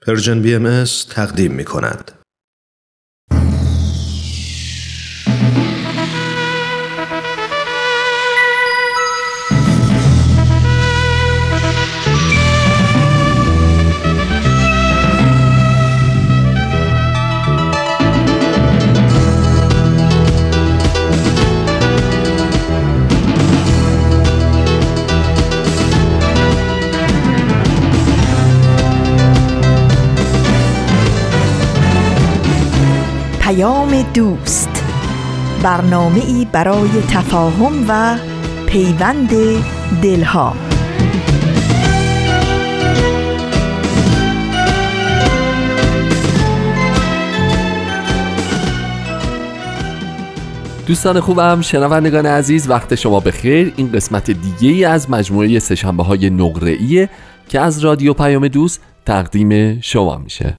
پرژن BMS تقدیم می کند. دوست، برنامه‌ای برای تفاهم و پیوند دلها. دوستان خوبم، شنوندگان عزیز، وقت شما بخیر. این قسمت دیگه‌ای از مجموعه سه‌شنبه‌های نقره‌ای که از رادیو پیام دوست تقدیم شما میشه.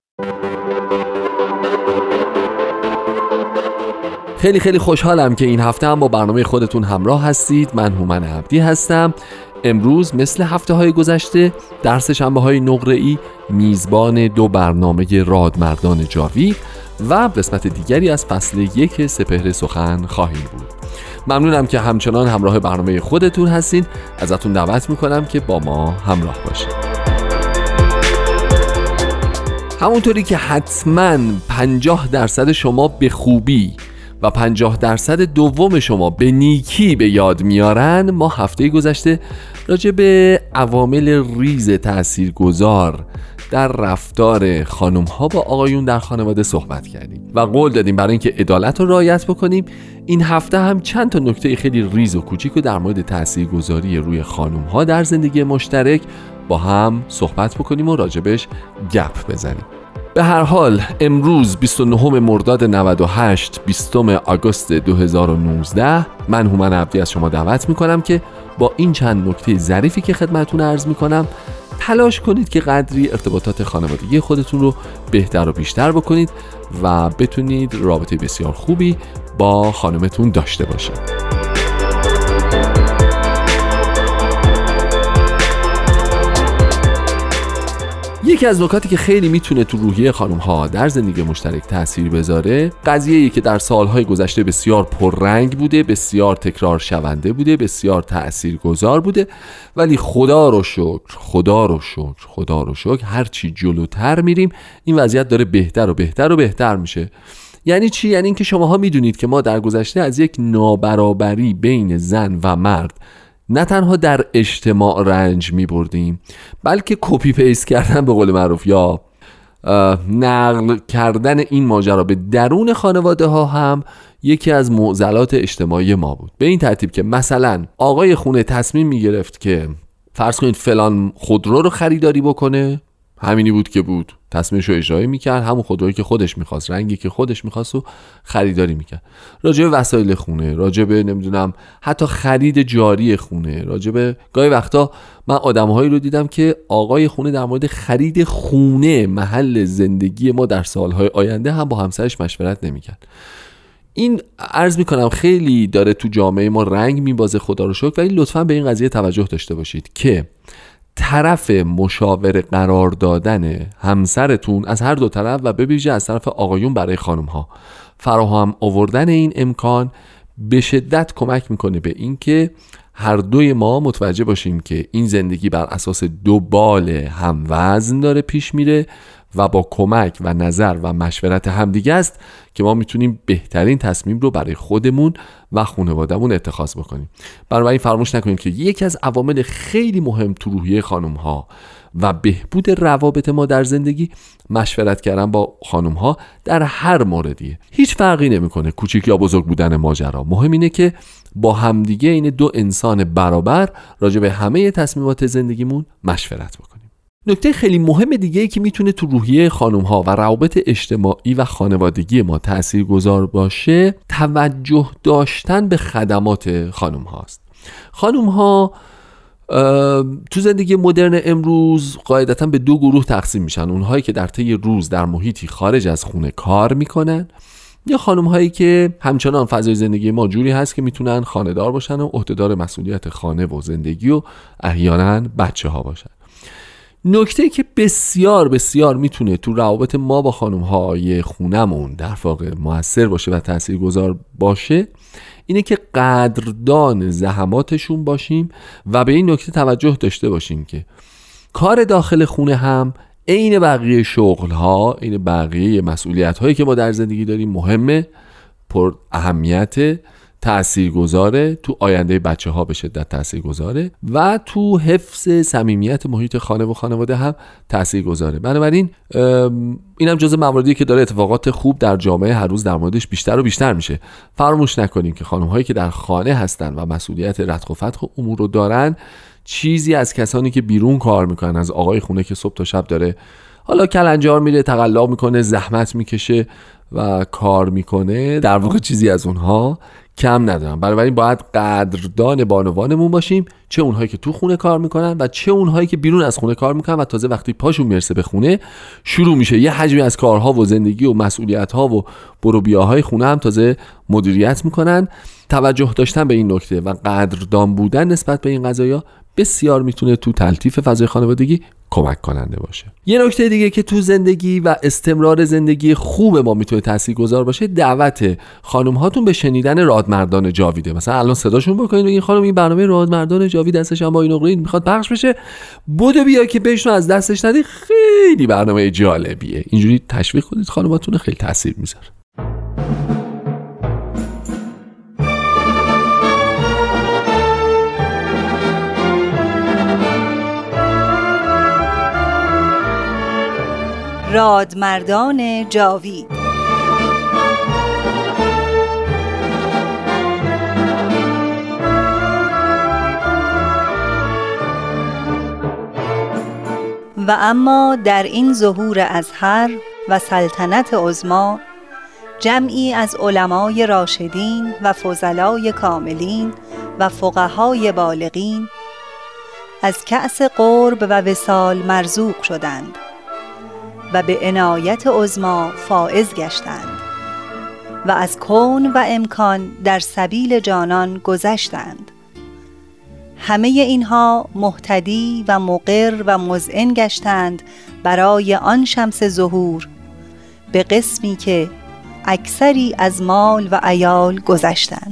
خیلی خیلی خوشحالم که این هفته هم با برنامه خودتون همراه هستید. من هومن عبدی هستم. امروز مثل هفته‌های گذشته در سه‌شنبه‌های نقره‌ای میزبان دو برنامه رادمردان جاوید و قسمت دیگری از فصل 1 سپهر سخن خواهیم بود. ممنونم که همچنان همراه برنامه خودتون هستین. ازتون دعوت میکنم که با ما همراه باشید. همونطوری که حتما 50% شما به خوبی و 50% دوم شما به نیکی به یاد میارن، ما هفته گذشته راجع به عوامل ریز تاثیرگذار در رفتار خانم ها با آقایون در خانواده صحبت کردیم و قول دادیم برای اینکه عدالت رو رعایت بکنیم این هفته هم چند تا نکته خیلی ریز و کوچیک رو در مورد تاثیرگذاری روی خانم ها در زندگی مشترک با هم صحبت بکنیم و راجبش گپ بزنیم. به هر حال امروز 29 مرداد 98 20 آگوست 2019 من هومن عبدی از شما دعوت میکنم که با این چند نکته ظریفی که خدمتتون عرض میکنم تلاش کنید که قدری ارتباطات خانوادگی خودتون رو بهتر و بیشتر بکنید و بتونید رابطه بسیار خوبی با خانمتون داشته باشید. یکی از نکاتی که خیلی میتونه تو روحیه خانم ها در زندگی مشترک تأثیر بذاره، قضیه‌ای که در سالهای گذشته بسیار پررنگ بوده، بسیار تکرار شونده بوده، بسیار تأثیرگذار بوده، ولی خدا رو شکر هرچی جلوتر میریم این وضعیت داره بهتر و بهتر و بهتر میشه. یعنی چی؟ یعنی اینکه شماها میدونید که ما در گذشته از یک نابرابری بین زن و مرد نه تنها در اجتماع رنج می بردیم، بلکه کپی پیست کردن به قول معروف یا نقل کردن این ماجرا به درون خانواده ها هم یکی از معضلات اجتماعی ما بود. به این ترتیب که مثلا آقای خونه تصمیم می گرفت که فرض کنید فلان خودرو رو خریداری بکنه، همینی بود که بود، تصمیمش رو اجرایی میکرد، همون خودرویی که خودش میخواست، رنگی که خودش میخواست و خریداری میکرد. راجع به وسایل خونه، راجع به نمیدونم حتی خرید جاری خونه، راجع به گاهی وقتا من آدم‌هایی رو دیدم که آقای خونه در مورد خرید خونه محل زندگی ما در سالهای آینده هم با همسرش مشورت نمیکرد. این عرض میکنم خیلی داره تو جامعه ما رنگ میبازه، خدا رو شکر، ولی لطفاً به این قضیه توجه داشته باشید که طرف مشاور قرار دادن همسرتون از هر دو طرف و به ویژه از طرف آقایون برای خانم ها فراهم آوردن این امکان به شدت کمک میکنه به این که هر دوی ما متوجه باشیم که این زندگی بر اساس دو بال هموزن داره پیش میره و با کمک و نظر و مشورت همدیگه است که ما میتونیم بهترین تصمیم رو برای خودمون و خانواده‌مون اتخاذ بکنیم. بنابراین فراموش نکنیم که یکی از عوامل خیلی مهم تو روحیه خانم ها و بهبود روابط ما در زندگی مشورت کردن با خانم ها در هر موردیه. هیچ فرقی نمیکنه کوچیک یا بزرگ بودن ماجرا، مهم اینه که با همدیگه این دو انسان برابر راجع به همه تصمیمات زندگیمون مشورت بکنیم. نکته خیلی مهم دیگه‌ای که میتونه تو روحیه خانم ها و روابط اجتماعی و خانوادگی ما تاثیرگذار باشه، توجه داشتن به خدمات خانم هاست. خانم ها تو زندگی مدرن امروز قاعدتاً به دو گروه تقسیم میشن: اونهایی که در طی روز در محیطی خارج از خونه کار میکنن، یا خانم هایی که همچنان فضای زندگی ما جوری هست که میتونن خانه‌دار باشن و عهدهدار مسئولیت خانه و زندگی و احیانا بچه ها باشن. نکته که بسیار بسیار میتونه تو روابط ما با خانم‌های خونمون در واقع موثر باشه و تاثیرگذار باشه اینه که قدردان زحماتشون باشیم و به این نکته توجه داشته باشیم که کار داخل خونه هم عین بقیه شغل‌ها، عین بقیه مسئولیت‌هایی که ما در زندگی داریم مهمه، پر اهمیت، تاثیرگذاره، تو آینده بچه‌ها به شدت تاثیرگذاره و تو حفظ صمیمیت محیط خانه و خانواده هم تاثیرگذاره. بنابراین اینم جزء مواردیه که داره اتفاقات خوب در جامعه هر روز در موردش بیشتر و بیشتر میشه. فراموش نکنیم که خانم‌هایی که در خانه هستن و مسئولیت رتق و فتق امور رو دارن چیزی از کسانی که بیرون کار میکنن، از آقای خونه که صبح تا شب داره حالا کلنجار میره، تقلا میکنه، زحمت میکشه و کار میکنه، در واقع چیزی از اونها کم ندارن. بنابراین باید قدردان بانوانمون باشیم، چه اونهایی که تو خونه کار میکنن و چه اونهایی که بیرون از خونه کار میکنن و تازه وقتی پاشون میرسه به خونه شروع میشه یه حجمی از کارها و زندگی و مسئولیت‌ها و برو بیاهای خونه هم تازه مدیریت میکنن. توجه داشتن به این نکته و قدردان بودن نسبت به این قضايا بسیار میتونه تو تلطیف فضای خانوادگی کمک کننده باشه. یه نکته دیگه که تو زندگی و استمرار زندگی خوب ما میتونه تاثیرگذار باشه، دعوت خانم هاتون به شنیدن رادمردان جاویده. مثلا الان صداشون بکنین و این خانم این برنامه رادمردان جاوید دستش هم با این نقره میخواد پخش بشه، بدو بیا که بهشون از دستش ندی، خیلی برنامه جالبیه. اینجوری تشویق کنید خانماتون، خیلی تاثیر میذاره. رادمردان جاوید. و اما در این ظهور ازهر و سلطنت عظما جمعی از علمای راشدین و فضلای کاملین و فقهای بالغین از کأس قرب و وصال مرزوق شدند و به عنایت عظما فائز گشتند و از کون و امکان در سبیل جانان گذشتند. همه اینها مهتدی و مقر و مذعن گشتند برای آن شمس ظهور به قسمی که اکثری از مال و عیال گذشتند.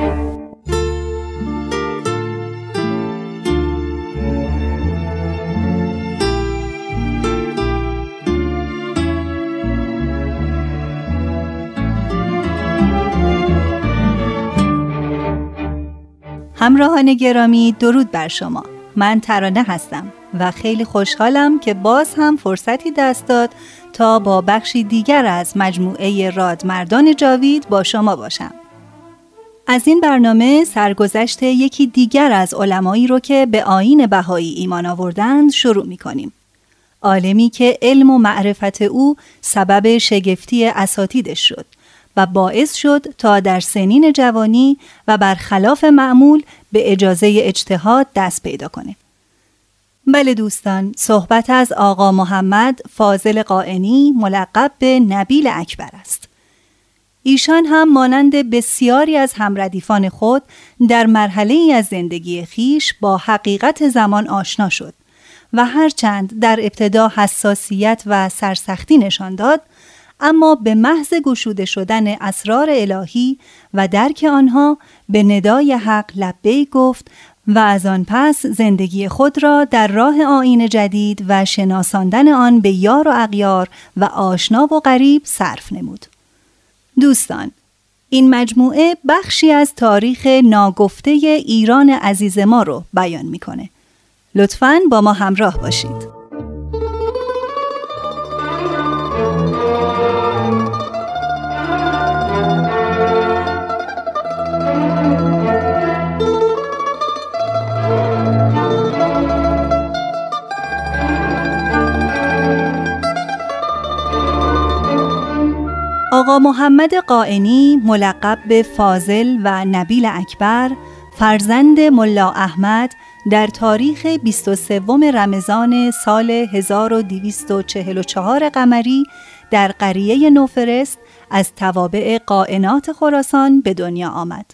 همراهان گرامی، درود بر شما. من ترانه هستم و خیلی خوشحالم که باز هم فرصتی دست داد تا با بخشی دیگر از مجموعه رادمردان جاوید با شما باشم. از این برنامه سرگذشت یکی دیگر از علمایی رو که به آیین بهایی ایمان آوردند شروع می کنیم. عالمی که علم و معرفت او سبب شگفتی اساتیدش شد و باعث شد تا در سنین جوانی و برخلاف معمول به اجازه اجتهاد دست پیدا کنه. بله دوستان، صحبت از آقا محمد فاضل قائنی ملقب به نبیل اکبر است. ایشان هم مانند بسیاری از همردیفان خود در مرحله‌ای از زندگی خیش با حقیقت زمان آشنا شد و هرچند در ابتدا حساسیت و سرسختی نشان داد، اما به محض گشوده شدن اسرار الهی و درک آنها به ندای حق لبیک گفت و از آن پس زندگی خود را در راه آیین جدید و شناساندن آن به یار و اغیار و آشنا و غریب صرف نمود. دوستان، این مجموعه بخشی از تاریخ ناگفته ایران عزیز ما رو بیان میکنه. لطفاً با ما همراه باشید. آقا محمد قائنی ملقب به فاضل و نبیل اکبر، فرزند ملا احمد، در تاریخ 23 رمضان سال 1244 قمری در قریه نوفرست از توابع قائنات خراسان به دنیا آمد.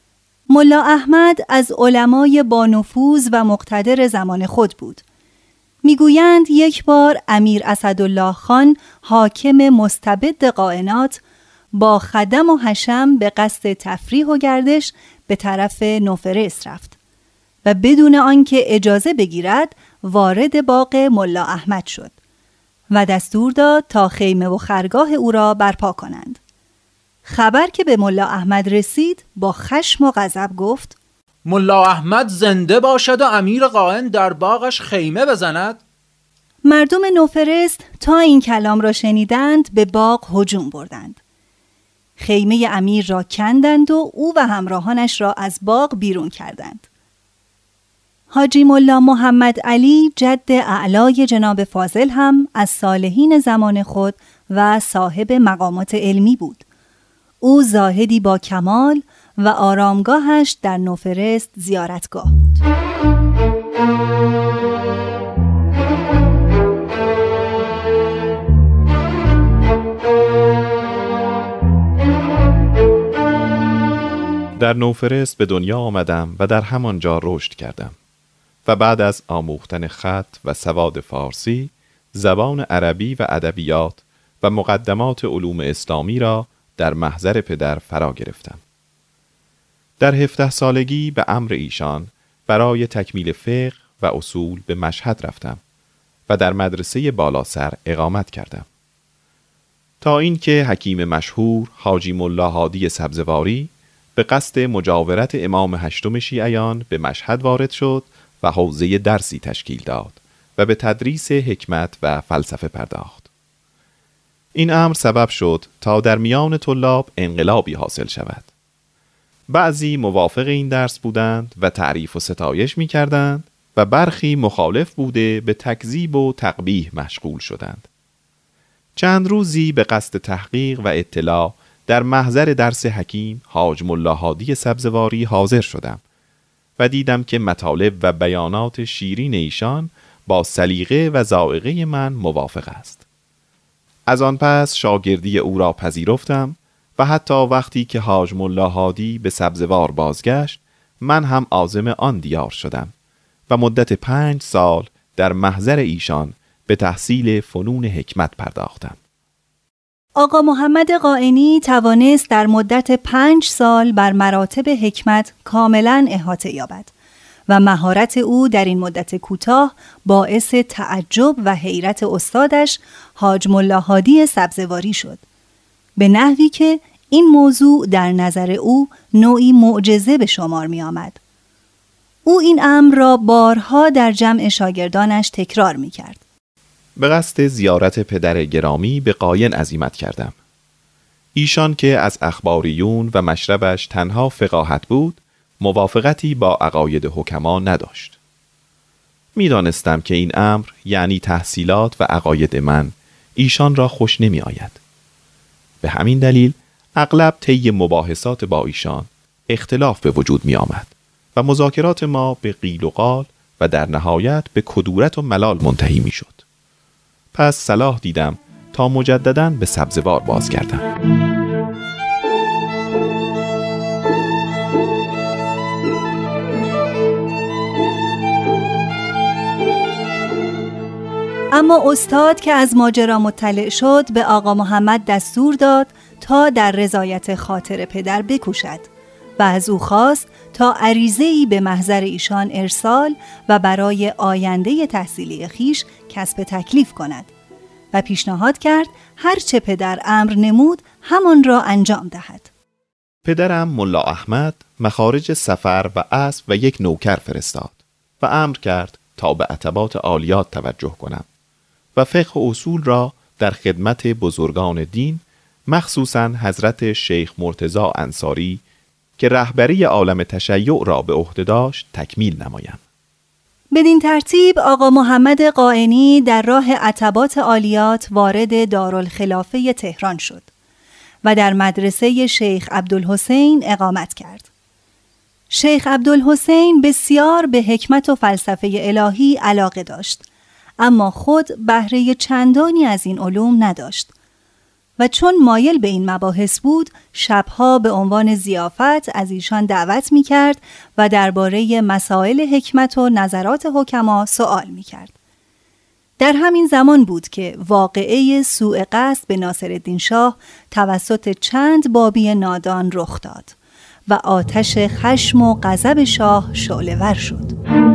ملا احمد از علمای با نفوذ و مقتدر زمان خود بود. میگویند یک بار امیر اسدالله خان حاکم مستبد قائنات با خدم و حشم به قصد تفریح و گردش به طرف نوفرس رفت و بدون آنکه اجازه بگیرد وارد باغ ملا احمد شد و دستور داد تا خیمه و خرگاه او را برپا کنند. خبر که به ملا احمد رسید با خشم و غضب گفت: ملا احمد زنده باشد و امیر قائن در باغش خیمه بزند؟ مردم نوفرست تا این کلام را شنیدند به باغ هجوم بردند. خیمه امیر را کندند و او و همراهانش را از باغ بیرون کردند. حاجی ملا محمد علی جد اعلای جناب فاضل هم از صالحین زمان خود و صاحب مقامات علمی بود. او زاهدی با کمال و آرامگاهش در نوفرست زیارتگاه بود. در نوفرست به دنیا آمدم و در همانجا رشد کردم و بعد از آموختن خط و سواد فارسی، زبان عربی و ادبیات و مقدمات علوم اسلامی را در محضر پدر فرا گرفتم. در 17 سالگی به امر ایشان برای تکمیل فقه و اصول به مشهد رفتم و در مدرسه بالاسر اقامت کردم تا اینکه حکیم مشهور حاجی ملا هادی سبزواری به قصد مجاورت امام هشتم شیعیان به مشهد وارد شد و حوزه درسی تشکیل داد و به تدریس حکمت و فلسفه پرداخت. این امر سبب شد تا در میان طلاب انقلابی حاصل شود. بعضی موافق این درس بودند و تعریف و ستایش می کردند و برخی مخالف بوده به تکذیب و تقبیح مشغول شدند. چند روزی به قصد تحقیق و اطلاع در محضر درس حکیم حاج ملا هادی سبزواری حاضر شدم و دیدم که مطالب و بیانات شیرین ایشان با سلیقه و ذائقه من موافق است. از آن پس شاگردی او را پذیرفتم و حتی وقتی که حاج ملا هادی به سبزوار بازگشت من هم عازم آن دیار شدم و مدت 5 سال در محضر ایشان به تحصیل فنون حکمت پرداختم. آقا محمد قائنی توانست در مدت 5 سال بر مراتب حکمت کاملا احاطه یابد و مهارت او در این مدت کوتاه باعث تعجب و حیرت استادش حاج ملا هادی سبزواری شد، به نحوی که این موضوع در نظر او نوعی معجزه به شمار می آمد. او این امر را بارها در جمع شاگردانش تکرار می کرد. به قصد زیارت پدر گرامی به قاین عزیمت کردم. ایشان که از اخباریون و مشربش تنها فقاهت بود، موافقتی با عقاید حکما نداشت. می دانستم که این امر یعنی تحصیلات و عقاید من ایشان را خوش نمی آید. به همین دلیل اغلب طی مباحثات با ایشان اختلاف به وجود می آمد و مذاکرات ما به قیل و قال و در نهایت به کدورت و ملال منتهی می شد. پس صلاح دیدم تا مجدداً به سبزوار بازگردم. اما استاد که از ماجرا مطلع شد به آقا محمد دستور داد تا در رضایت خاطر پدر بکوشد و از او خواست تا عریضه‌ای به محضر ایشان ارسال و برای آینده تحصیلی خیش کسب تکلیف کند و پیشنهاد کرد هر چه پدر امر نمود همان را انجام دهد. پدرم ملا احمد مخارج سفر و اسب و یک نوکر فرستاد و امر کرد تا به عتبات عالیات توجه کنم و فقه و اصول را در خدمت بزرگان دین مخصوصاً حضرت شیخ مرتضی انصاری که رهبری عالم تشیع را به عهده داشت تکمیل نمایم. بدین ترتیب آقا محمد قائنی در راه عتبات عالیات وارد دارالخلافه تهران شد و در مدرسه شیخ عبدالحسین اقامت کرد. شیخ عبدالحسین بسیار به حکمت و فلسفه الهی علاقه داشت، اما خود بهره چندانی از این علوم نداشت و چون مایل به این مباحث بود شبها به عنوان ضیافت از ایشان دعوت می کرد و درباره مسائل حکمت و نظرات حکما سوال می کرد. در همین زمان بود که واقعه سوء قصد به ناصرالدین شاه توسط چند بابی نادان رخ داد و آتش خشم و غضب شاه شعله‌ور شد.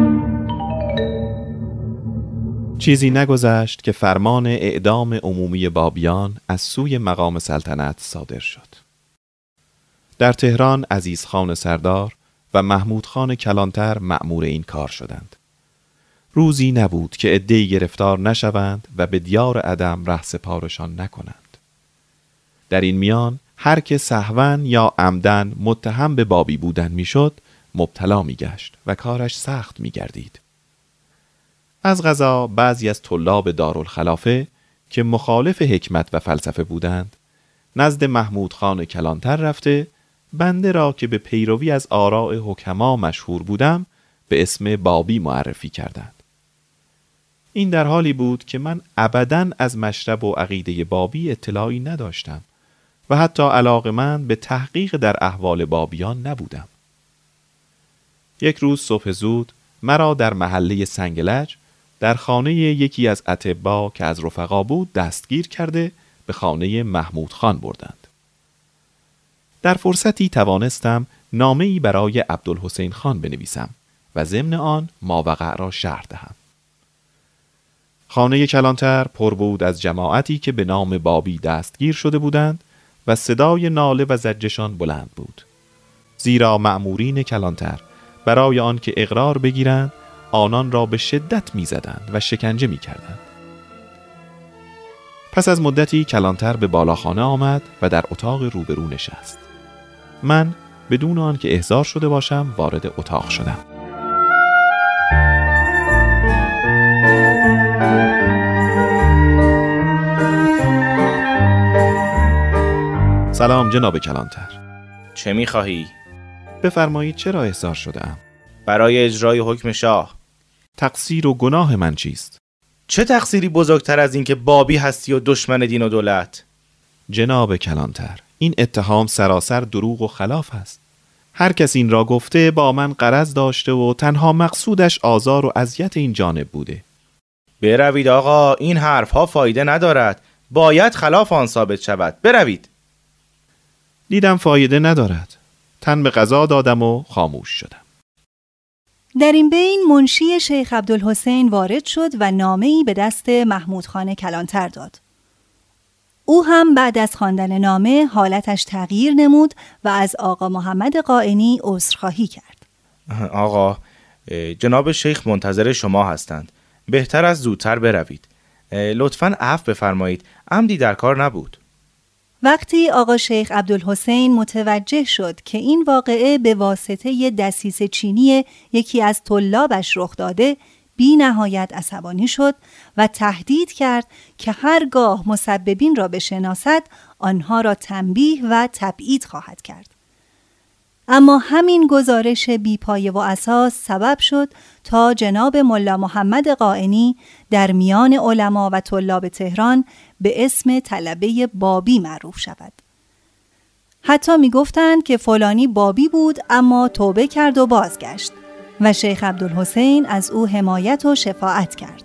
چیزی نگذشت که فرمان اعدام عمومی بابیان از سوی مقام سلطنت صادر شد. در تهران عزیزخان سردار و محمود خان کلانتر مأمور این کار شدند. روزی نبود که عده‌ای گرفتار نشوند و به دیار عدم رهسپارشان نکنند. در این میان هر که سهواً یا عمداً متهم به بابی بودن میشد مبتلا میگشت و کارش سخت میگردید. از قضا بعضی از طلاب دارالخلافه که مخالف حکمت و فلسفه بودند نزد محمود خان کلانتر رفته بنده را که به پیروی از آراء حکما مشهور بودم به اسم بابی معرفی کردند. این در حالی بود که من ابداً از مشرب و عقیده بابی اطلاعی نداشتم و حتی علاقه‌مند به تحقیق در احوال بابیان نبودم. یک روز صبح زود مرا در محله سنگلج در خانه یکی از اطباء که از رفقا بود دستگیر کرده به خانه محمود خان بردند. در فرصتی توانستم نامه‌ای برای عبدالحسین خان بنویسم و ضمن آن ماوقع را شرح دهم. خانه کلانتر پر بود از جماعتی که به نام بابی دستگیر شده بودند و صدای ناله و زجشان بلند بود، زیرا مأمورین کلانتر برای آن که اقرار بگیرند آنان را به شدت می‌زدند و شکنجه می‌کردند. پس از مدتی کلانتر به بالاخانه آمد و در اتاق روبرو نشست. من بدون آن که احضار شده باشم وارد اتاق شدم. سلام جناب کلانتر. چه می‌خواهی؟ بفرمایید چرا احضار شده‌ام؟ برای اجرای حکم شاه. تقصیر و گناه من چیست؟ چه تقصیری بزرگتر از این که بابی هستی و دشمن دین و دولت؟ جناب کلانتر، این اتهام سراسر دروغ و خلاف است. هر کس این را گفته با من غرض داشته و تنها مقصودش آزار و اذیت این جانب بوده. بروید آقا، این حرفها فایده ندارد. باید خلاف آن ثابت شود. بروید. دیدم فایده ندارد. تن به قضا دادم و خاموش شدم. در این بین منشی شیخ عبدالحسین وارد شد و نامه‌ای به دست محمود خان کلانتر داد. او هم بعد از خواندن نامه حالتش تغییر نمود و از آقا محمد قائنی عذرخواهی کرد. آقا، جناب شیخ منتظر شما هستند. بهتر از زودتر بروید. لطفاً عفو بفرمایید. عمدی در کار نبود. وقتی آقا شیخ عبدالحسین متوجه شد که این واقعه به واسطه دسیسه چینی یکی از طلابش رخ داده، بی نهایت عصبانی شد و تهدید کرد که هرگاه مسببین را بشناسد آنها را تنبیه و تبعید خواهد کرد. اما همین گزارش بی‌پایه و اساس سبب شد تا جناب ملا محمد قائنی در میان علما و طلاب تهران به اسم طلبه بابی معروف شود. حتی می گفتند که فلانی بابی بود اما توبه کرد و بازگشت و شیخ عبدالحسین از او حمایت و شفاعت کرد.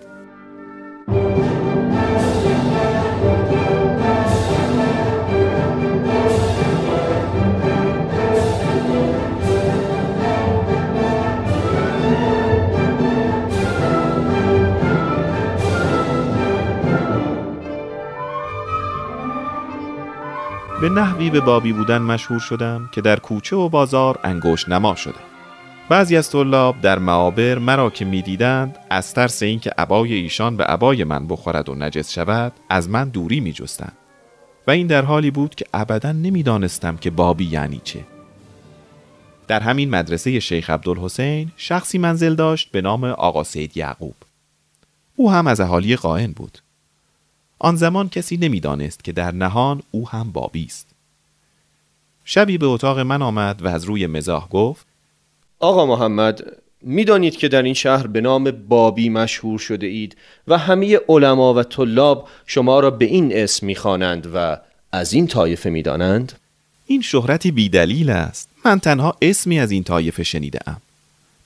به نحوی به بابی بودن مشهور شدم که در کوچه و بازار انگشت نما شدم. بعضی از طلاب در معابر مرا که می دیدند از ترس اینکه عبای ایشان به عبای من بخورد و نجس شود از من دوری می جستند و این در حالی بود که ابداً نمی دانستم که بابی یعنی چه. در همین مدرسه شیخ عبدالحسین شخصی منزل داشت به نام آقا سید یعقوب. او هم از اهالی قائن بود. آن زمان کسی نمی دانست که در نهان او هم بابی است. شبی به اتاق من آمد و از روی مزاح گفت: آقا محمد، می دانید که در این شهر به نام بابی مشهور شده اید و همه علما و طلاب شما را به این اسم می خوانند و از این طایفه می دانند؟ این شهرتی بی دلیل است. من تنها اسمی از این طایفه شنیده ام.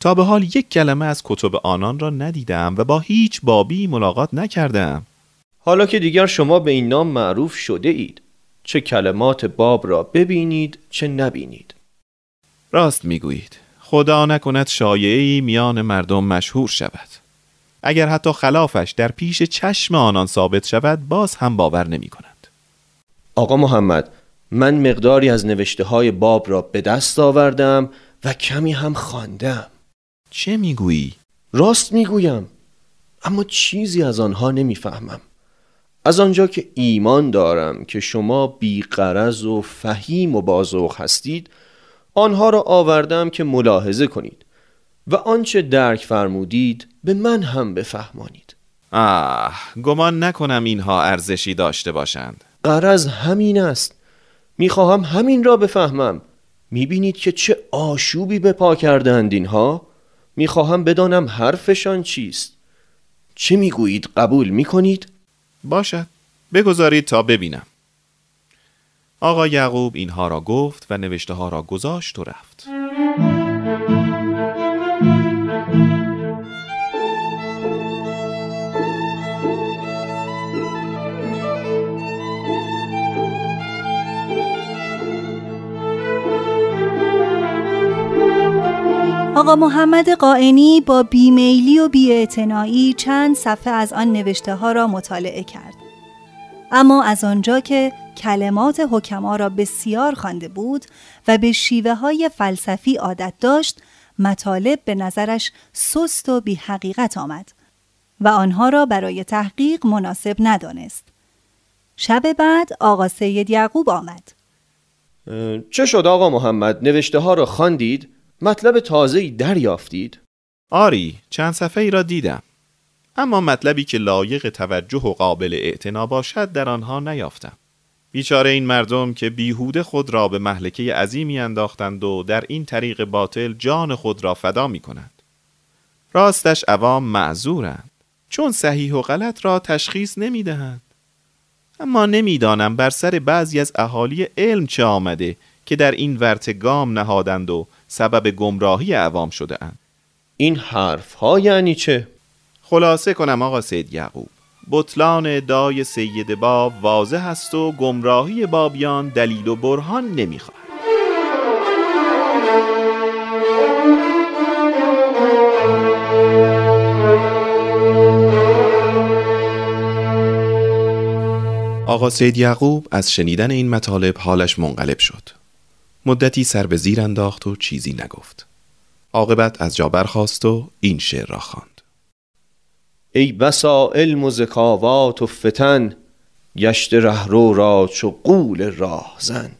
تا به حال یک کلمه از کتب آنان را ندیدم و با هیچ بابی ملاقات نکردم. حالا که دیگر شما به این نام معروف شده اید، چه کلمات باب را ببینید چه نبینید. راست میگویید. خدا نکند شایعه‌ای میان مردم مشهور شود. اگر حتی خلافش در پیش چشم آنان ثابت شود، باز هم باور نمی کنند. آقا محمد، من مقداری از نوشته های باب را به دست آوردم و کمی هم خواندم. چه میگویی؟ راست میگویم، اما چیزی از آنها نمیفهمم. از آنجا که ایمان دارم که شما بی‌غرض و فهیم و بازوق هستید، آنها را آوردم که ملاحظه کنید و آنچه درک فرمودید به من هم بفهمانید. گمان نکنم اینها ارزشی داشته باشند. غرض همین است. میخواهم همین را بفهمم. میبینید که چه آشوبی به پا کردند اینها؟ میخواهم بدانم حرفشان چیست. چه میگویید؟ قبول میکنید؟ باشد، بگذارید تا ببینم. آقا یعقوب اینها را گفت و نوشته ها را گذاشت و رفت. آقا محمد قائنی با بیمیلی و بی‌اعتنایی چند صفحه از آن نوشته ها را مطالعه کرد. اما از آنجا که کلمات حکما را بسیار خوانده بود و به شیوه های فلسفی عادت داشت، مطالب به نظرش سست و بی حقیقت آمد و آنها را برای تحقیق مناسب ندانست. شب بعد آقا سید یعقوب آمد. چه شد آقا محمد؟ نوشته ها را خواندید؟ مطلب تازه‌ای دریافتید؟ آری، چند صفحه ای را دیدم، اما مطلبی که لایق توجه و قابل اعتنا باشد در آنها نیافتم. بیچاره این مردم که بیهوده خود را به مهلکه عظیمی انداختند و در این طریق باطل جان خود را فدا می کنند. راستش عوام معذورند، چون صحیح و غلط را تشخیص نمی دهند. اما نمی دانم بر سر بعضی از اهالی علم چه آمده که در این ورطه گام نهادند و سبب گمراهی عوام شده اند. این حرف ها یعنی چه؟ خلاصه کنم آقا سید یعقوب، بطلان ادعای سید باب واضح است و گمراهی بابیان دلیل و برهان نمیخواهد. آقا سید یعقوب از شنیدن این مطالب حالش منقلب شد. مدتی سر به زیر انداخت و چیزی نگفت. عاقبت از جا برخاست و این شعر را خواند: ای بسا علم و ذکاوات و فتن، گشت رهرو را چو غول راهزن.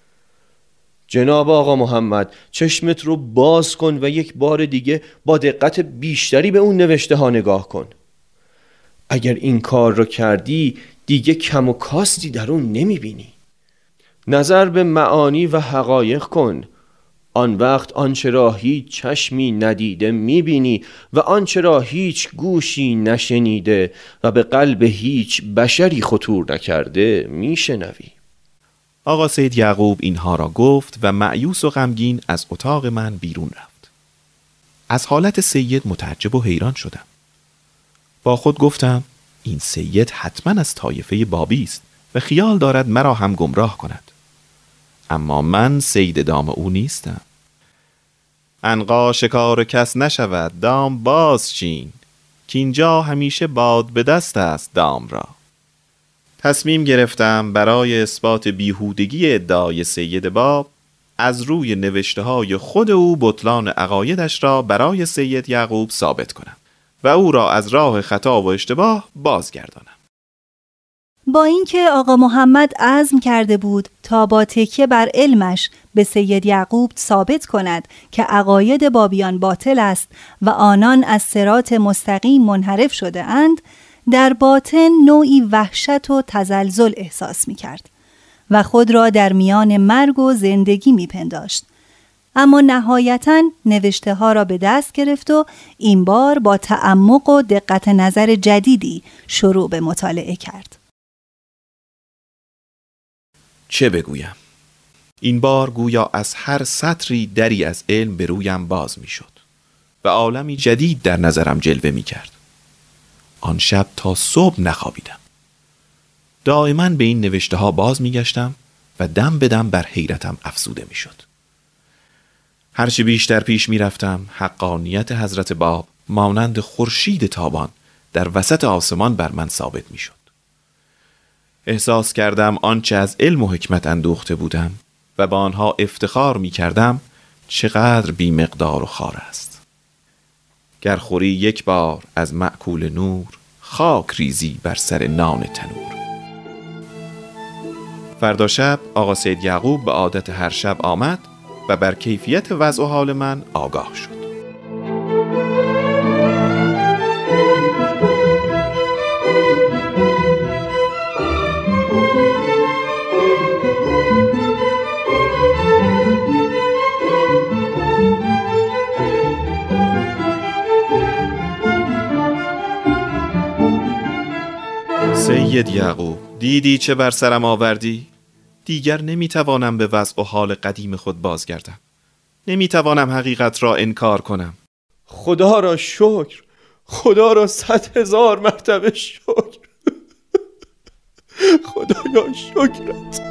جناب آقا محمد، چشمت رو باز کن و یک بار دیگه با دقت بیشتری به اون نوشته ها نگاه کن. اگر این کار رو کردی دیگه کم و کاستی در اون نمیبینی. نظر به معانی و حقایق کن. آن وقت آنچه را هیچ چشمی ندیده میبینی و آنچه را هیچ گوشی نشنیده و به قلب هیچ بشری خطور نکرده میشنوی. آقا سید یعقوب اینها را گفت و مایوس و غمگین از اتاق من بیرون رفت. از حالت سید متعجب و حیران شدم. با خود گفتم این سید حتما از طایفه بابی است و خیال دارد مرا هم گمراه کند. اما من سید دام او نیستم. عنقا شکار کس نشود دام باز چین، که اینجا همیشه باد به دست است دام را. تصمیم گرفتم برای اثبات بیهودگی ادعای سید باب از روی نوشته های خود او بطلان عقایدش را برای سید یعقوب ثابت کنم و او را از راه خطا و اشتباه بازگردانم. با اینکه آقا محمد عزم کرده بود تا با تکیه بر علمش به سید یعقوب ثابت کند که عقاید بابیان باطل است و آنان از صراط مستقیم منحرف شده اند، در باطن نوعی وحشت و تزلزل احساس می کرد و خود را در میان مرگ و زندگی می پنداشت. اما نهایتاً نوشته ها را به دست گرفت و این بار با تعمق و دقت نظر جدیدی شروع به مطالعه کرد. چه بگویم؟ این بار گویا از هر سطری دری از علم به رویم باز می شد. و عالمی جدید در نظرم جلوه می کرد. آن شب تا صبح نخوابیدم. دائما به این نوشته ها باز می گشتم و دم به دم بر حیرتم افزوده می شد. هرچی بیشتر پیش می رفتم حقانیت حضرت باب مانند خورشید تابان در وسط آسمان بر من ثابت می شد. احساس کردم آنچه از علم و حکمت اندوخته بودم و با آنها افتخار می کردم چقدر بی مقدار و خوار است. گر خوری یک بار از مأکول نور، خاک ریزی بر سر نان تنور. فردا شب آقا سید یعقوب به عادت هر شب آمد و بر کیفیت وضع و حال من آگاه شد. سید یعقوب، دیدی چه بر سرم آوردی؟ دیگر نمیتوانم به وضع و حال قدیم خود بازگردم. نمیتوانم حقیقت را انکار کنم. خدا را شکر، خدا را 100,000 مرتبه شکر. خدایا شکرت.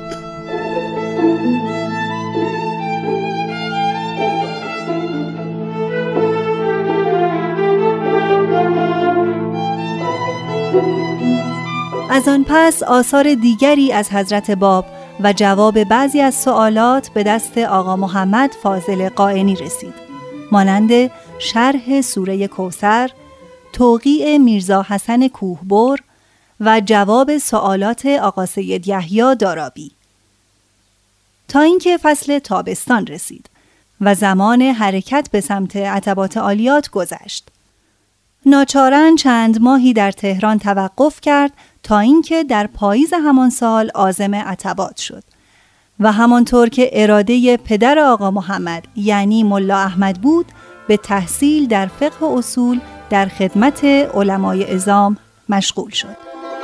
از آن پس آثار دیگری از حضرت باب و جواب بعضی از سوالات به دست آقا محمد فاضل قائنی رسید، مانند شرح سوره کوثر، توقیع میرزا حسن کوهبر و جواب سوالات آقا سید یحیی دارابی، تا اینکه فصل تابستان رسید و زمان حرکت به سمت عتبات عالیات گذشت. ناچارن چند ماهی در تهران توقف کرد تا اینکه در پاییز همان سال عازم عتبات شد و همانطور که اراده پدر آقا محمد یعنی ملا احمد بود، به تحصیل در فقه و اصول در خدمت علمای عظام مشغول شد.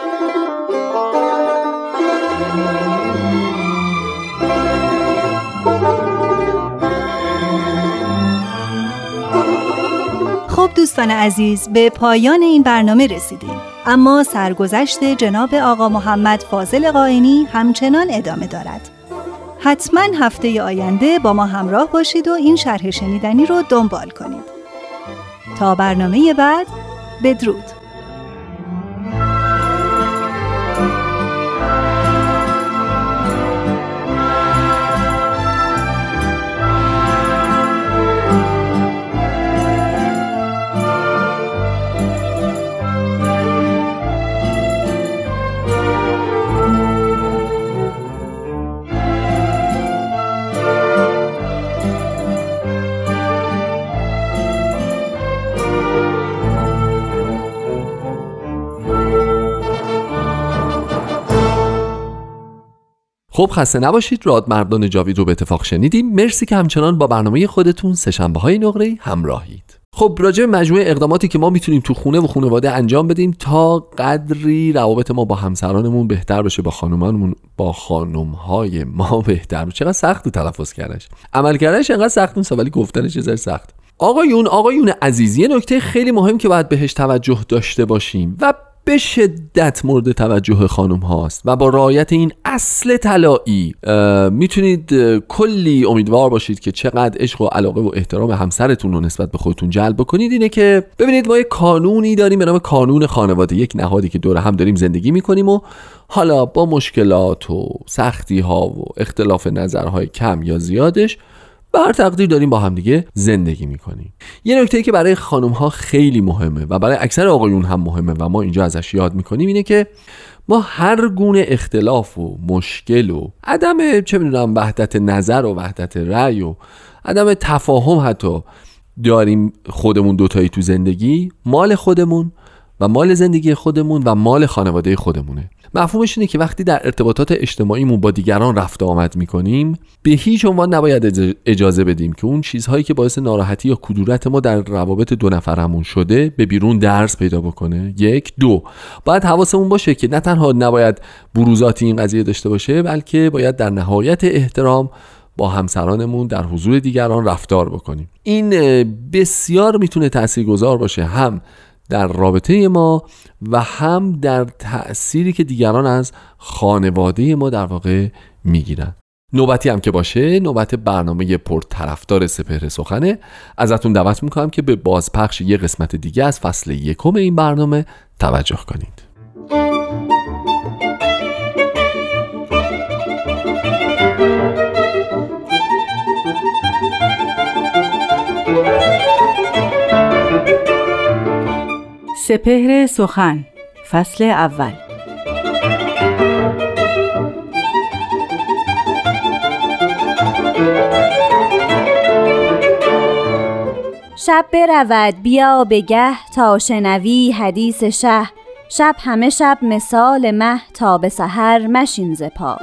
خب دوستان عزیز، به پایان این برنامه رسیدیم، اما سرگذشت جناب آقا محمد فاضل قائنی همچنان ادامه دارد. حتما هفته آینده با ما همراه باشید و این شرح شنیدنی رو دنبال کنید. تا برنامه بعد، بدرود. خب خسته نباشید. رادمردان جاوید رو به اتفاق شنیدیم. مرسی که همچنان با برنامه خودتون سه‌شنبه‌های نقره‌ای همراهید. خب راجع به مجموعه اقداماتی که ما میتونیم تو خونه و خانواده انجام بدیم تا قدری روابط ما با همسرانمون بهتر بشه، با خانومانمون، با خانم‌های ما بهتر بشه. چقدر سخت تلفظ کردنش، عمل کردنش انقدر سخت نیست ولی گفتنش یه ذره سخت. آقایون عزیز، یه نکته خیلی مهم که باید بهش توجه داشته باشیم و به شدت مورد توجه خانم هاست و با رعایت این اصل طلایی میتونید کلی امیدوار باشید که چقدر عشق و علاقه و احترام همسرتون رو نسبت به خودتون جلب بکنید. اینه که ببینید ما یک قانونی داریم به نام قانون خانواده، یک نهادی که دور هم داریم زندگی میکنیم و حالا با مشکلات و سختی ها و اختلاف نظرهای کم یا زیادش به هر تقدیر داریم با هم دیگه زندگی میکنیم. یه نکته‌ای که برای خانم ها خیلی مهمه و برای اکثر آقایون هم مهمه و ما اینجا ازش یاد میکنیم اینه که ما هر گونه اختلاف و مشکل و عدم وحدت نظر و وحدت رأی و عدم تفاهم حتی داریم خودمون دوتایی تو زندگی، مال خودمون و مال زندگی خودمون و مال خانواده خودمونه. مفهومش اینه که وقتی در ارتباطات اجتماعیمون با دیگران رفت و آمد میکنیم، به هیچ عنوان نباید اجازه بدیم که اون چیزهایی که باعث ناراحتی یا کدورت ما در روابط دو نفرمون شده به بیرون درس پیدا بکنه. 1 2 باید حواسمون باشه که نه تنها نباید بروزاتی این قضیه داشته باشه، بلکه باید در نهایت احترام با همسرانمون در حضور دیگران رفتار بکنیم. این بسیار میتونه تاثیرگذار باشه، هم در رابطه ما و هم در تأثیری که دیگران از خانواده ما در واقع میگیرن. نوبتی هم که باشه، نوبت برنامه پرطرفدار سپهر سخنه. ازتون دعوت میکنم که به بازپخش یه قسمت دیگه از فصل 1 این برنامه توجه کنید. سپهر سخن فصل اول. شب برود بیا بگه تا شنوی حدیث شه، شب همه شب مثال مه تا به سحر مشین ز پا.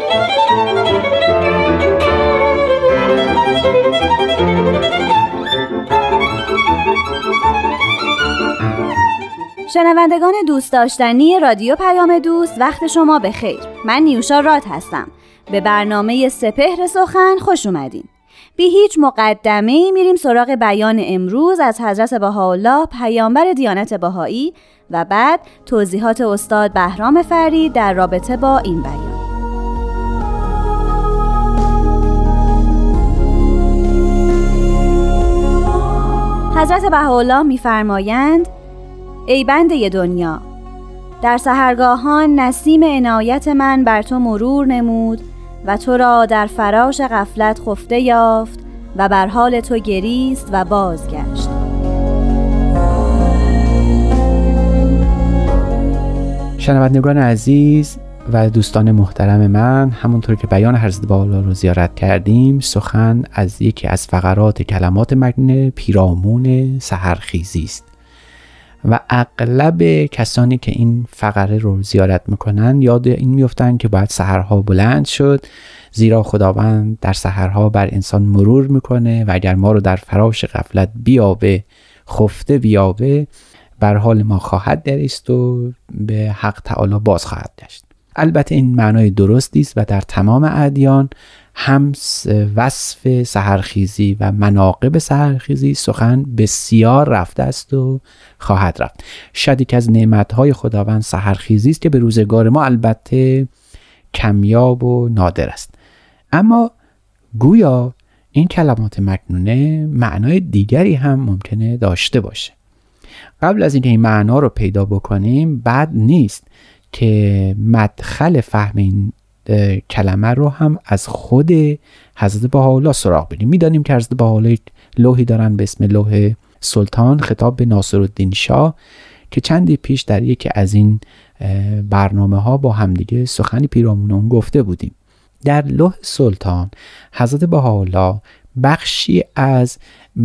شنوندگان دوست داشتنی رادیو پیام دوست، وقت شما بخیر. من نیوشا راد هستم. به برنامه سپهر سخن خوش اومدین. بی هیچ مقدمه‌ای میریم سراغ بیان امروز از حضرت بهاءالله پیامبر دیانت بهایی و بعد توضیحات استاد بهرام فرید در رابطه با این بیان. حضرت بهاءالله میفرمایند: ای بنده دنیا، در سحرگاهان نسیم عنایت من بر تو مرور نمود و تو را در فراش غفلت خفته یافت و بر حال تو گریست و بازگشت. شنوندگان عزیز و دوستان محترم من، همونطور که بیان حضرت بهاءالله رو زیارت کردیم، سخن از یکی از فقرات کلمات مکنون پیرامون سحرخیزی است و اغلب کسانی که این فقره رو زیارت میکنن یاد این میفتن که باید سحرها بلند شد، زیرا خداوند در سحرها بر انسان مرور میکنه و اگر ما رو در فراش غفلت بیابه، خفته بیابه، بر حال ما خواهد نریست و به حق تعالی باز خواهد گشت. البته این معنای درستی است و در تمام ادیان هم وصف سحرخیزی و مناقب سحرخیزی سخن بسیار رفته است و خواهد رفت. شاید یک از نعمت‌های خداوند سحرخیزی است که به روزگار ما البته کمیاب و نادر است. اما گویا این کلمات مکنونه معنای دیگری هم ممکنه داشته باشه. قبل از اینکه این معنا رو پیدا بکنیم، بد نیست که مدخل فهم این کلمه رو هم از خود حضرت بهاءالله سراغ بریم. میدانیم که حضرت بهاءالله لوحی دارن به اسم لوح سلطان، خطاب به ناصرالدین شاه، که چندی پیش در یکی از این برنامه ها با همدیگه سخنی پیرامون اون گفته بودیم. در لوح سلطان حضرت بهاءالله بخشی از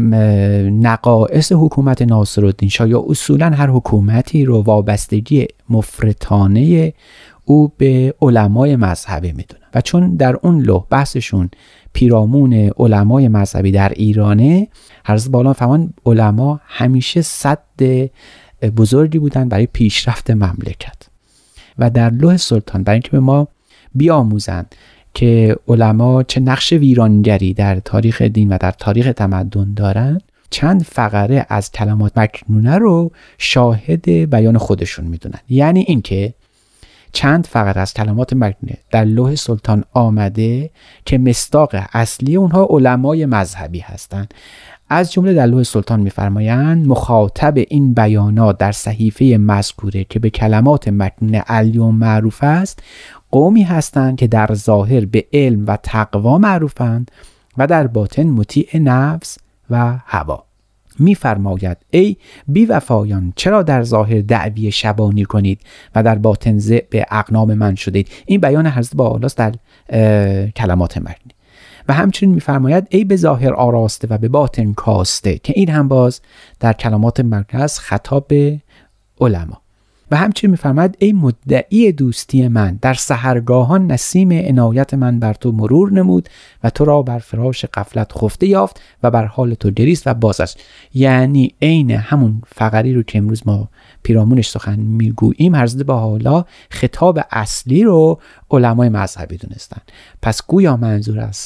نقائص حکومت ناصرالدین شاه یا اصولا هر حکومتی رو وابستگی مفرطانه او به علمای مذهبی میدونه و چون در اون لوح بحثشون پیرامون علمای مذهبی در ایرانه، حضرت بهاءالله فرمان علما همیشه سد بزرگی بودن برای پیشرفت مملکت. و در لوح سلطان برای اینکه به ما بیاموزند که علما چه نقش ویرانگری در تاریخ دین و در تاریخ تمدن دارند، چند فقره از کلمات مکنونه رو شاهد بیان خودشون میدونن. یعنی اینکه چند فقره از کلمات مکنونه در لوح سلطان آمده که مصداق اصلی اونها علمای مذهبی هستند. از جمله در لوح سلطان میفرمایند مخاطب این بیانات در صحیفه مذکوره که به کلمات مکنونه الیوم معروف است، قومی هستند که در ظاهر به علم و تقوا معروفند و در باطن مطیع نفس و هوا. میفرماید ای بی وفایان، چرا در ظاهر دعوی شبانی کنید و در باطن ذئب اقنام من شدید. این بیان حضرت بهاءالله در کلمات مکنونه. و همچنین میفرماید ای به ظاهر آراسته و به باطن کاسته، که این هم باز در کلمات مکنونه است، خطاب به علما. و همچنین می‌فرماید ای مدعی دوستی من، در سحرگاهان نسیم عنایت من بر تو مرور نمود و تو را بر فراش غفلت خفته یافت و بر حال تو گریست و باز است. یعنی عین همون فقری رو که امروز ما پیرامونش سخن میگوییم، حضرت بهاءالله خطاب اصلی رو علمای مذهبی دونستن. پس گویا منظور از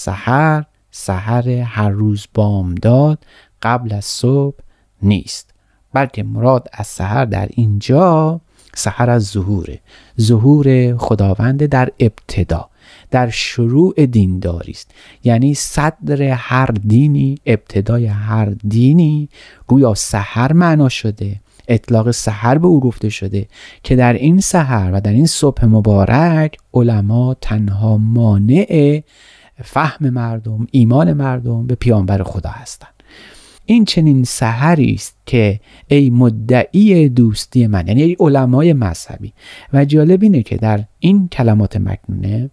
سحر هر روز بامداد قبل از صبح نیست، بلکه مراد از سحر در اینجا سحر از ظهور خداوند در ابتدا، در شروع دینداری است. یعنی صدر هر دینی، ابتدای هر دینی گویا سحر معنا شده، اطلاق سحر به او گفته شده که در این سحر و در این صبح مبارک علما تنها مانع فهم مردم، ایمان مردم به پیامبر خدا هستند. این چنین سحری است که ای مدعی دوستی من، یعنی ای علمای مذهبی. و جالب اینه که در این کلمات مکنونه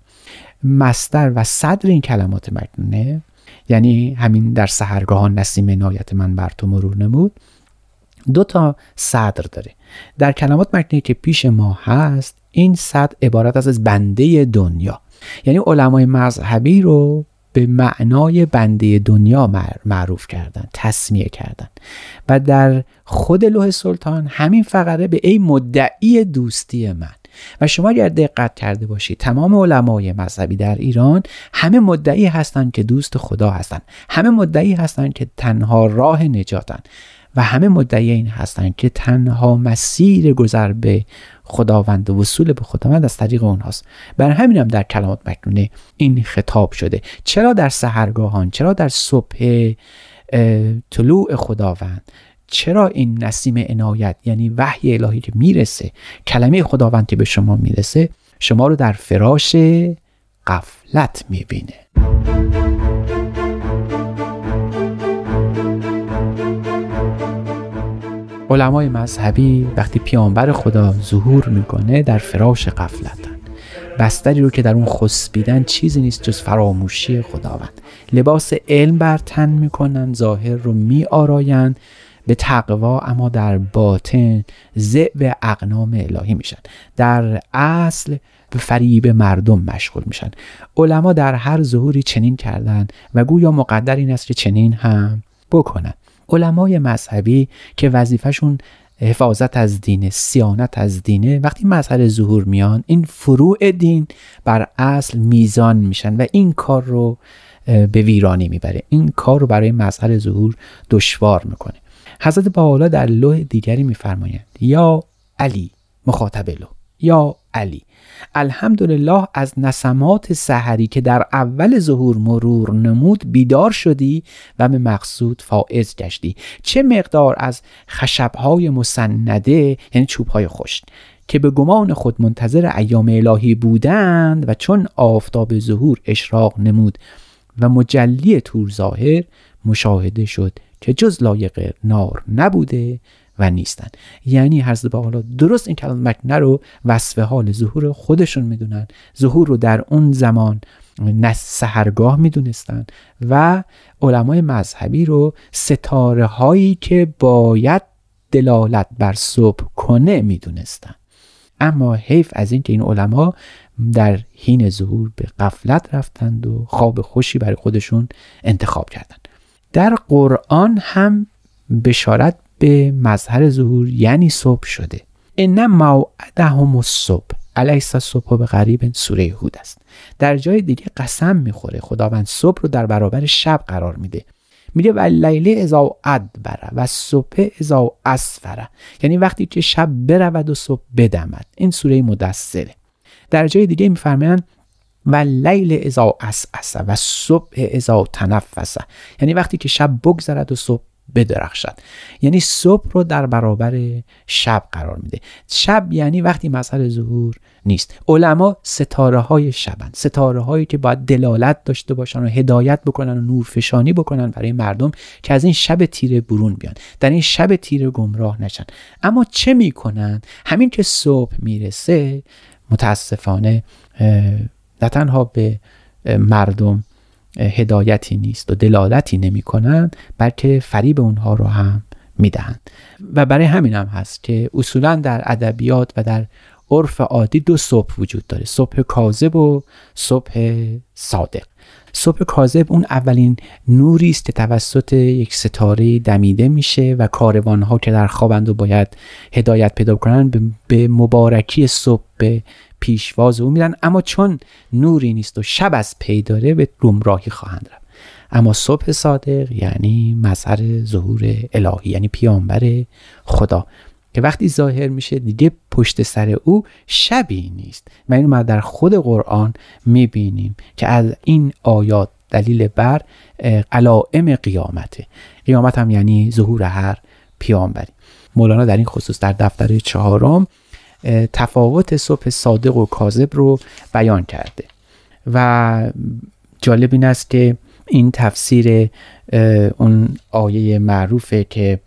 مصدر و صدر این کلمات مکنونه، یعنی همین در سحرگاهان نسیم عنایت من بر تو مرور نمود، 2 تا صدر داره. در کلمات مکنونه که پیش ما هست، این صدر عبارت از بنده دنیا، یعنی علمای مذهبی رو به معنای بنده دنیا معروف کردن، تسمیه کردن. و در خود لوح سلطان همین فقره به ای مدعی دوستی من. و شما اگر دقت کرده باشید تمام علمای مذهبی در ایران همه مدعی هستند که دوست خدا هستند، همه مدعی هستند که تنها راه نجاتن و همه مدعی این هستند که تنها مسیر گذر به خداوند و وصول به خداوند از طریق اونهاست. بر همین هم در کلمات مکنونه این خطاب شده. چرا در سحرگاهان، چرا در صبح طلوع خداوند، چرا این نسیم عنایت یعنی وحی الهی که میرسه، کلمه خداوند که به شما میرسه، شما رو در فراش غفلت میبینه. علمای مذهبی وقتی پیامبر خدا ظهور میکنه در فراش غفلتن، بستری رو که در اون خسبیدن چیزی نیست جز فراموشی خداوند. لباس علم بر تن میکنن، ظاهر رو میآرایند به تقوا، اما در باطن ذئب اغنام الهی میشن، در اصل به فریب مردم مشغول میشن. علما در هر ظهوری چنین کردن و گویا مقدر این است که چنین هم بکنن. علمای مذهبی که وظیفهشون حفاظت از دینه، صیانت از دینه، وقتی مظهر ظهور میان این فروع دین بر اصل میزان میشن و این کار رو به ویرانی میبره، این کار رو برای مظهر ظهور دشوار میکنه. حضرت بهاءالله در لوح دیگری میفرمایند یا علی، مخاطب له، یا علی الحمدلله از نسمات سحری که در اول ظهور مرور نمود بیدار شدی و به مقصود فائز گشتی. چه مقدار از خشبهای مسنده، یعنی چوبهای خشک، که به گمان خود منتظر ایام الهی بودند و چون آفتاب ظهور اشراق نمود و مجلی طور ظاهر مشاهده شد که جز لایق نار نبوده و نیستن. یعنی حضرت بهاءالله درست این کلمات مکنونه رو وصف حال ظهور خودشون میدونن، ظهور رو در اون زمان سحرگاه میدونستن و علمای مذهبی رو ستاره هایی که باید دلالت بر صبح کنه میدونستن. اما حیف از این که این علما در حین ظهور به غفلت رفتند و خواب خوشی برای خودشون انتخاب کردند. در قرآن هم بشارت به مظهر ظهور یعنی صبح شده. ان موعدهم الصبح الیس الصبح بقریب، سوره هود است. در جای دیگه قسم میخوره خداوند صبح رو در برابر شب قرار میده، میگه و لیل اذا ادبر و صبح اذا اسفر، یعنی وقتی که شب برود و صبح بدمد. این سوره مدثره. در جای دیگه میفرمایند و لیل اذا عسعس و صبح اذا تنفس، یعنی وقتی که شب بگذرد و صبح بدرخشد. یعنی صبح رو در برابر شب قرار میده. شب یعنی وقتی مظهر ظهور نیست. علما ستاره های شبن، ستاره هایی که باید دلالت داشته باشن و هدایت بکنن و نورفشانی بکنن برای مردم که از این شب تیره برون بیان، در این شب تیره گمراه نشن. اما چه میکنن؟ همین که صبح میرسه متاسفانه نه تنها به مردم هدایتی نیست و دلالتی نمی کنند، بلکه فریب اونها رو هم میدهند. و برای همین هم هست که اصولا در ادبیات و در عرف عادی دو صبح وجود داره، صبح کاذب و صبح صادق. صبح کاذب اون اولین نوری است که توسط یک ستاره دمیده میشه و کاروانها که در خوابند و باید هدایت پیدا کنن به مبارکی صبح به پیشواز او میرن، اما چون نوری نیست و شب از پی داره به گمراهی خواهند رفت. اما صبح صادق یعنی مظهر ظهور الهی، یعنی پیامبر خدا که وقتی ظاهر میشه دیگه پشت سر او شبی نیست. و اینو ما در خود قرآن میبینیم که از این آیات دلیل بر علائم قیامته. قیامت هم یعنی ظهور هر پیامبری. مولانا در این خصوص در دفتر 4 تفاوت صبح صادق و کاذب رو بیان کرده و جالب این است که این تفسیر اون آیه معروفه که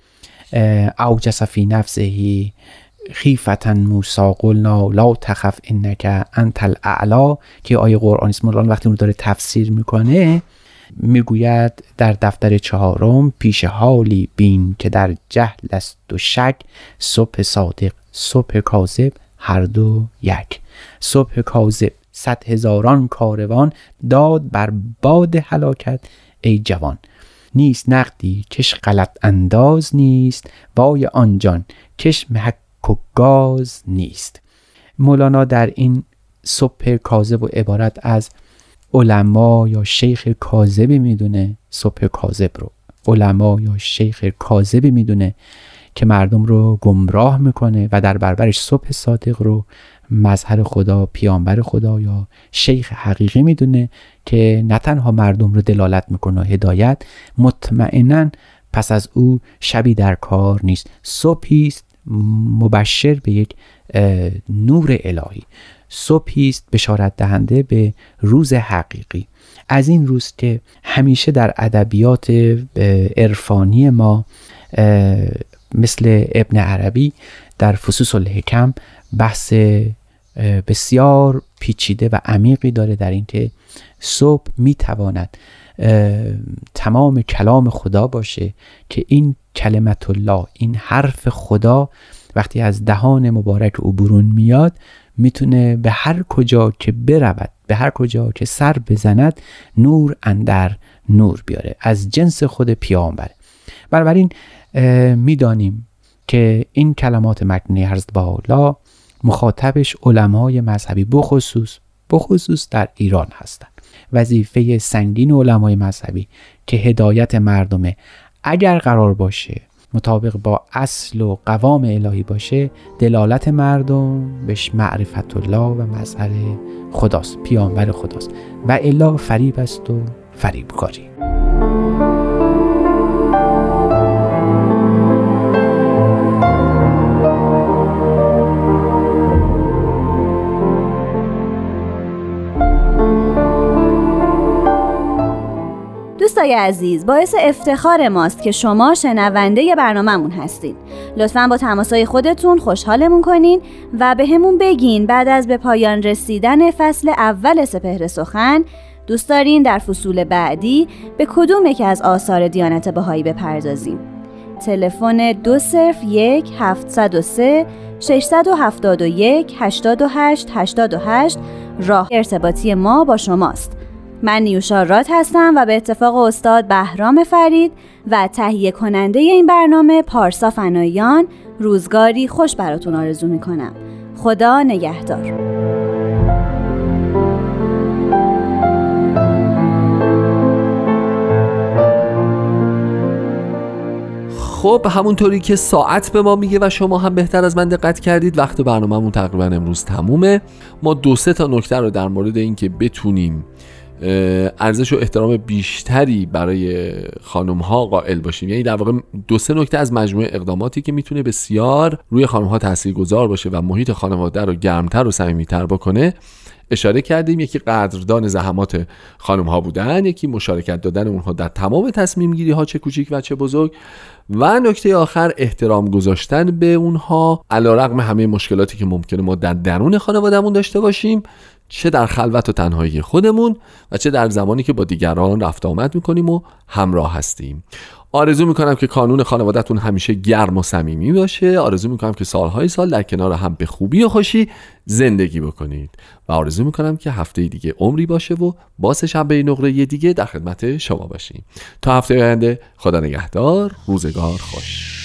اوجس فی نفسه خیفة موسی قلنا لا تخف انک انت الاعلی، که آیه قرآنی است. مولانا وقتی اون داره تفسیر میکنه میگوید در دفتر 4 پیش حالی بین که در جهل است و شک، صبح صادق صبح کاذب هر دو یک. صبح کاذب 100,000 کاروان داد بر باد هلاکت ای جوان، نیست نقدی کش غلط انداز نیست، وای آن جان کش محک و گاز نیست. مولانا در این صبح کاذب و عبارت از علما یا شیخ کاذبی میدونه، صبح کاذب رو علما یا شیخ کاذبی میدونه که مردم رو گمراه میکنه و در برابرش صبح صادق رو مظهر خدا، پیامبر خدا یا شیخ حقیقی میدونه که نه تنها مردم رو دلالت میکنه و هدایت، مطمئناً پس از او شبی در کار نیست، صبحی است مبشر به یک نور الهی، صبحی است بشارت دهنده به روز حقیقی. از این روز که همیشه در ادبیات عرفانی ما مثل ابن عربی در فصوص الحکم بحث بسیار پیچیده و عمیقی داره در این که صبح میتواند تمام کلام خدا باشه که این کلمت الله، این حرف خدا وقتی از دهان مبارک او برون میاد میتونه به هر کجا که برود، به هر کجا که سر بزند نور اندر نور بیاره، از جنس خود پیامبره. بنابراین میدانیم که این کلمات مکنونه حضرت بهاءالله مخاطبش علمای مذهبی بخصوص در ایران هستند. وظیفه سنگین علمای مذهبی که هدایت مردمه، اگر قرار باشه مطابق با اصل و قوام الهی باشه، دلالت مردم بهش معرفت الله و مظهر خداست، پیامبر خداست، و الا فریب است و فریبکاری. دوستای عزیز، باعث افتخار ماست که شما شنونده برنامه‌مون هستین. لطفاً با تماسای خودتون خوشحالمون کنین و به همون بگین بعد از به پایان رسیدن فصل اول سپهر سخن دوست دارین در فصول بعدی به کدوم یکی از آثار دیانت بهایی بپردازیم. تلفن 201-703-671-88-88 راه ارتباطی ما با شماست. من نیوشا راد هستم و به اتفاق استاد بهرام فرید و تهیه کننده این برنامه پارسا فنایان روزگاری خوش براتون آرزو میکنم. خدا نگهدار. خب همونطوری که ساعت به ما میگه و شما هم بهتر از من دقت کردید، وقت برنامه‌مون تقریبا امروز تمومه. ما 2-3 تا نکته رو در مورد این که بتونیم ارزش و احترام بیشتری برای خانم ها قائل باشیم، یعنی در واقع 2-3 نکته از مجموعه اقداماتی که میتونه بسیار روی خانم ها تاثیرگذار باشه و محیط خانواده رو گرمتر و صمیمیت‌تر بکنه اشاره کردیم. یکی قدردان زحمات خانم ها بودن، یکی مشارکت دادن اونها در تمام تصمیم گیری ها، چه کوچیک و چه بزرگ، و نکته آخر احترام گذاشتن به اونها علیرغم همه مشکلاتی که ممکنه ما در درون خانوادهمون داشته باشیم، چه در خلوت و تنهایی خودمون و چه در زمانی که با دیگران رفت آمد میکنیم و همراه هستیم. آرزو میکنم که کانون خانوادتون همیشه گرم و صمیمی باشه. آرزو میکنم که سالهای سال در کنار هم به خوبی و خوشی زندگی بکنید و آرزو میکنم که هفته دیگه عمری باشه و باز شنبه نقره دیگه در خدمت شما باشیم. تا هفته آینده، خدا نگهدار، روزگار خوش.